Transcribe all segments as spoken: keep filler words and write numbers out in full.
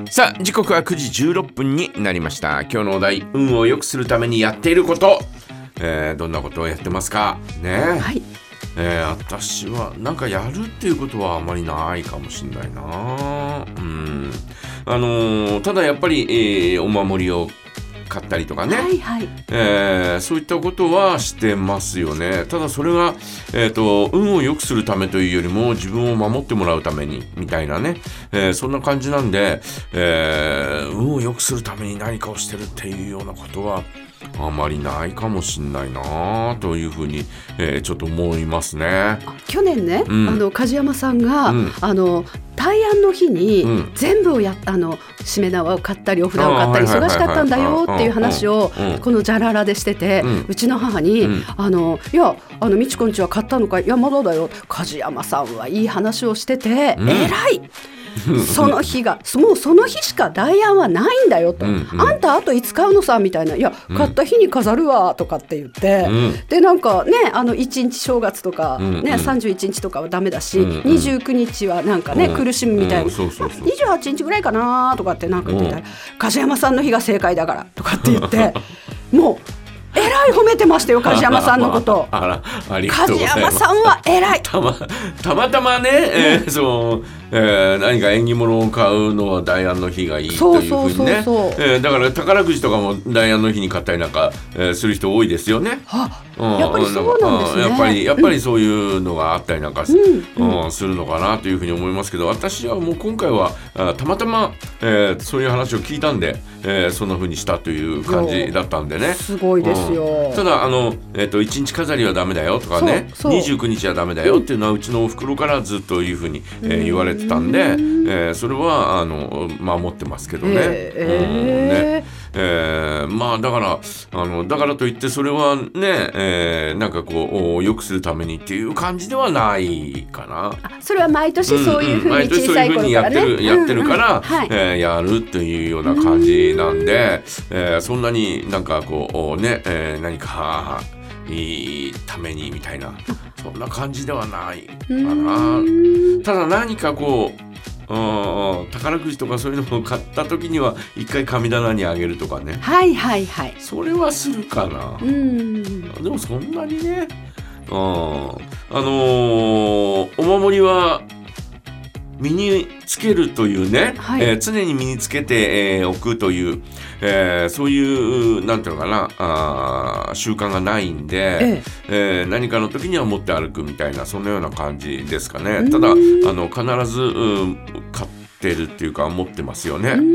さあ時刻はくじじゅうろっぷんになりました。今日のお題、運を良くするためにやっていること、えー、どんなことをやってますかね。 はい、 えー、私はなんかやるっていうことはあまりないかもしれないな。うんあのー、ただやっぱり、えー、お守りを買ったりとかね、 はいはいえー、そういったことはしてますよね。ただそれが、えーと、運を良くするためというよりも自分を守ってもらうためにみたいなね、えー、そんな感じなんで、えー、運を良くするために何かをしてるっていうようなことはあまりないかもしれないなというふうに、えー、ちょっと思いますね。 去年ね、 うん、 あの梶山さんが、うん、あの大安の日に全部をやあのしめ縄を買ったりお札を買ったり忙しかったんだよっていう話をこのじゃららでしてて、うん、うちの母に、うん、あのいやあのみちこんちは買ったのか、いやまだだよ、梶山さんはいい話をしてて、うん、偉いその日がもうその日しか大安はないんだよと、うんうん、あんたあといつ買うのさみたいな、いや買った日に飾るわとかって言って、うん、でなんかねあのいちにち正月とか、ねうんうん、さんじゅういちにちとかはダメだし、うんうん、にじゅうくにちはなんかね、うん、苦しむみたいな、うん、そうそうそう、にじゅうはちにちぐらいかなとかってなんか言ってたら、うん、梶山さんの日が正解だからとかって言ってもうえらい褒めてましたよ梶山さんのことあらありがとうございます。 梶山さんはえらいたまたまたまね、えーそうえー、何か縁起物を買うのは大安の日がいいというふうにね、だから宝くじとかも大安の日に買ったりなんか、えー、する人多いですよね。 うん、やっぱりそうなんですね。 やっぱりやっぱりそういうのがあったりなんか す,、うんうん、するのかなというふうに思いますけど、私はもう今回はあたまたま、えー、そういう話を聞いたんで、えー、そんなふうにしたという感じだったんでね。 すごいですよ。 うん、ただあの、えー、といちにち飾りはダメだよとかね、そうそうにじゅうくにちはダメだよっていうのはうちのおふくろからずっというふうに、えー、言われてたんで、えー、それはあの守ってますけどね。えーうんねえー、まあだからあのだからといってそれはね、えー、なんかこう良くするためにっていう感じではないかな。 あ、それは毎年そういうふうに小さい頃からね、 毎年そういうふうにやってる、やってるから、はい、えー、やるというような感じなんで、えー、そんなになんかこうね、えー、何かいいためにみたいなそんな感じではないかな。ただ何かこううん宝くじとかそういうのを買った時には一回神棚にあげるとかね、 はいはいはい、 それはするかな。うんでもそんなにね、うん、あのー、お守りは身につけるというね、はい、えー、常に身につけて、えー、おくという、えー、そういうなんていうのかなあ習慣がないんで、えええー、何かの時には持って歩くみたいなそんなような感じですかね。ただあの必ず、うん、買ってるっていうか持ってますよね。うん、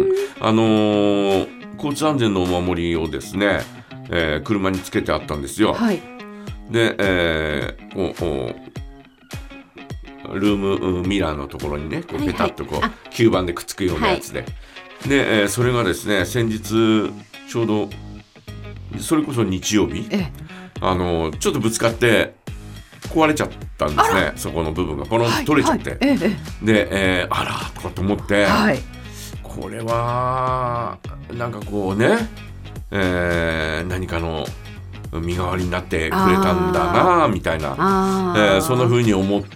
あのー、交通安全のお守りをですね、えー、車につけてあったんですよ。はい、で、えー、おおルームミラーのところにねこうペタッとこう、はいはい、吸盤でくっつくようなやつで、はい、で、えー、それがですね先日ちょうどそれこそ日曜日、ええ、あのちょっとぶつかって壊れちゃったんですね。そこの部分がポロンと取れちゃって、はいはい、ええ、で、えー、あらとかと思って、はい、これはなんかこうね、えー、何かの身代わりになってくれたんだなみたいな、えー、そんな風に思って、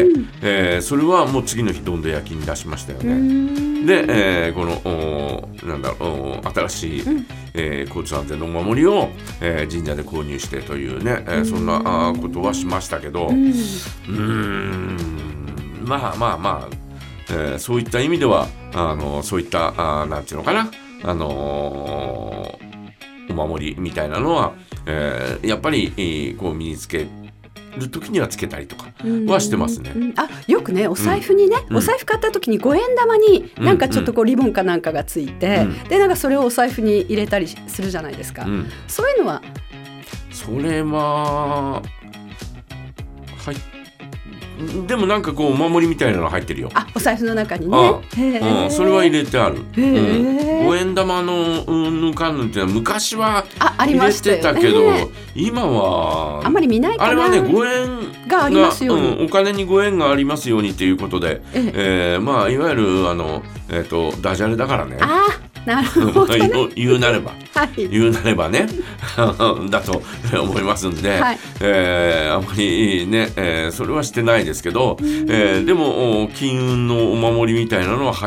うん、えー、それはもう次の日どんどん焼きに出しましたよね。で、えー、このなんだろう新しい、うん、えー、交通安全のお守りを、えー、神社で購入してというね、えー、そんなことはしましたけど、うん、うーんまあまあまあ、えー、そういった意味ではあのそういったあなんていうのかなあのー、お守りみたいなのはえー、やっぱり、えー、こう身につける時にはつけたりとかはしてますね。 うんうん、あよくねお財布にね、うん、お財布買った時にごえん玉になんかちょっとこうリボンかなんかがついて、うん、でなんかそれをお財布に入れたりするじゃないですか。うん、そういうのはそれははいでもなんかこうお守りみたいなの入ってるよ。 あお財布の中にね。 ああ、うん、それは入れてある。うん、ごえん玉のうんぬんかんぬんっていうのは昔は入れてたけど、ね、今はあんまり見ないかな。 あれはねごえんがありますように、 うん、お金にごえんがありますようにということで、ええー、まあいわゆるあの、えー、とダジャレだからね。 あなるほどね言うなれば、はい、言うなればねだと思いますんで、はい、えー、あまりね、えー、それはしてないですけど、えー、でも金運のお守りみたいなのは入って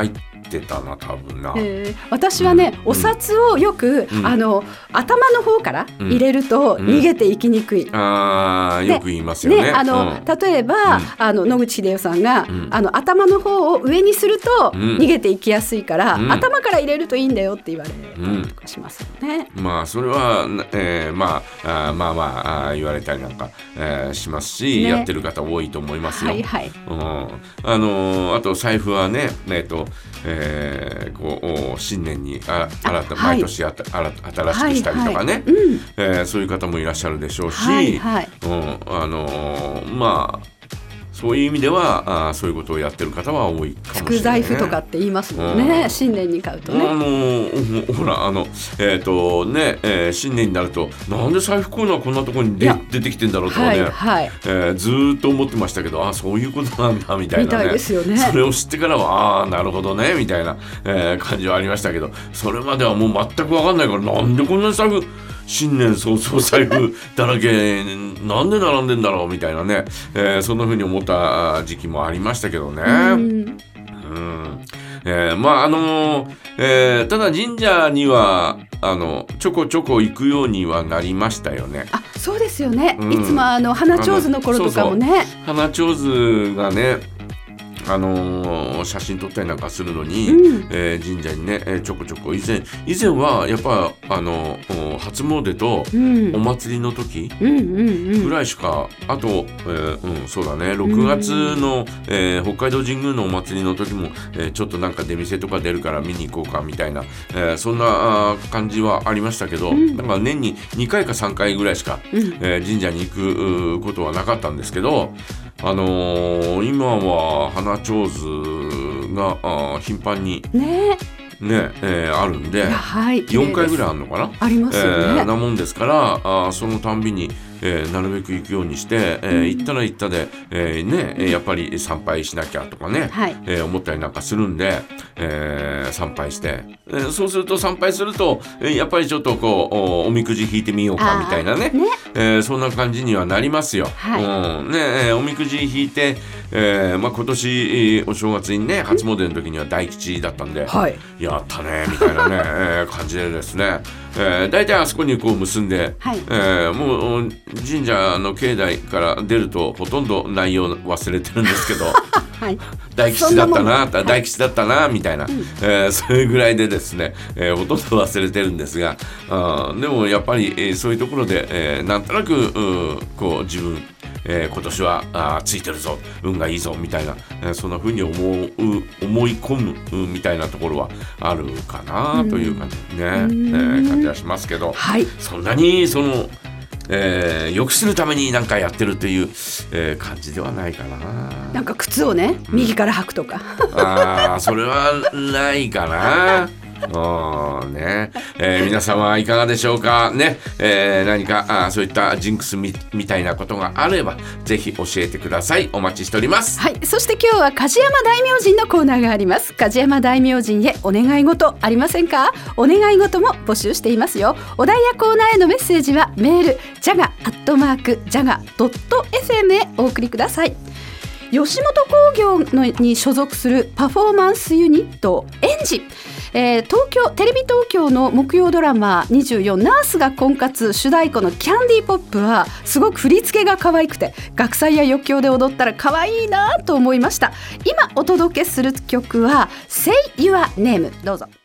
してたな多分な、 えー、私はね、うん、お札をよく、うん、あの頭の方から入れると逃げていきにくい、うん、 あよく言いますよね。 ねあの、うん、例えば、うん、あの野口英世さんが、うん、あの頭の方を上にすると逃げていきやすいから、うん、頭から入れるといいんだよって言われたりとかしますよね、 うん、まあそれは、えー、まああまあまあ言われたりなんか、えー、しますし、ね、やってる方多いと思いますよ。 はいはい、 うん、あのあと財布はね、えーとえー、こう新年にあ新た毎年あた、はい、新しくしたりとかね、はいはいうんえー、そういう方もいらっしゃるでしょうし、はいはいうん、あのまあそういう意味ではあそういうことをやってる方は多いかもしれない、ね、 福財布とかって言いますもんね、うん、新年に買うとね。 あのほらあの、えーとねえー、新年になるとなんで財布コーナーこんなところに出てきてんだろうとかね、はいはいえー、ずっと思ってましたけどあそういうことなんだみたいなねみたいですよね。それを知ってからはあなるほどねみたいな、えー、感じはありましたけどそれまではもう全く分かんないからなんでこんな財布新年早々財布だらけなんで並んでんだろうみたいなね、えー、そんな風に思った時期もありましたけどね。うんうんえー、まああのーえー、ただ神社にはあのちょこちょこ行くようにはなりましたよね。 あそうですよね、うん、いつもあの花手水の頃とかもねそうそう花手水がねあのー、写真撮ったりなんかするのに、うんえー、神社にね、えー、ちょこちょこ以前以前はやっぱあの初詣とお祭りの時ぐらいしか、うん、あと、えーうん、そうだねろくがつの、えー、北海道神宮のお祭りの時も、えー、ちょっとなんか出店とか出るから見に行こうかみたいな、えー、そんな感じはありましたけど、うん、なんか年ににかいかさんかいぐらいしか、うんえー、神社に行くことはなかったんですけどあのー、今は花手水があ頻繁にねねえー、あるんで、はい、よんかいぐらいあるのかなありますよね、 えー、なもんですからあそのたんびに、えー、なるべく行くようにして、えーうん、行ったら行ったで、えーね、やっぱり参拝しなきゃとかね、はいえー、思ったりなんかするんで、えー、参拝して、えー、そうすると参拝すると、えー、やっぱりちょっとこう お, おみくじ引いてみようかみたいなね、ねえー、そんな感じにはなりますよ、はいうんねえー、おみくじ引いて、えーまあ、今年、えー、お正月にね初詣の時には大吉だったんで、はい、やったねみたいなね、えー、感じでですね、えー、大体あそこにこう結んで、はいえー、もう神社の境内から出るとほとんど内容忘れてるんですけど、はい、大吉だったな大吉だったなみたいな、うんえー、それぐらいでですね、えー、ほとんど忘れてるんですがあでもやっぱり、えー、そういうところで、えー、なんとなくこう自分えー、今年はあついてるぞ運がいいぞみたいな、えー、そんな風に思う思い込むみたいなところはあるかなというかね、えー、感じはしますけど、はい、そんなにその、えー、良くするために何かやってるという、えー、感じではないかな。 なんか靴をね、うん、右から履くとかあそれはないかなおねえー、皆様はいかがでしょうかね、えー、何かあそういったジンクス み, みたいなことがあればぜひ教えてください。お待ちしております。 はい、そして今日は梶山大明神のコーナーがあります。梶山大明神へお願い事ありませんか？お願い事も募集していますよ。お題やコーナーへのメッセージはメール ジャガ アットマーク ジャガ ドット エフエム へお送りください。吉本興業のに所属するパフォーマンスユニットエンジ、えー、東京テレビ東京の木曜ドラマにじゅうよんナースが婚活主題歌のキャンディーポップはすごく振り付けが可愛くて学祭や余興で踊ったら可愛いなと思いました。今お届けする曲は Say Your Name どうぞ。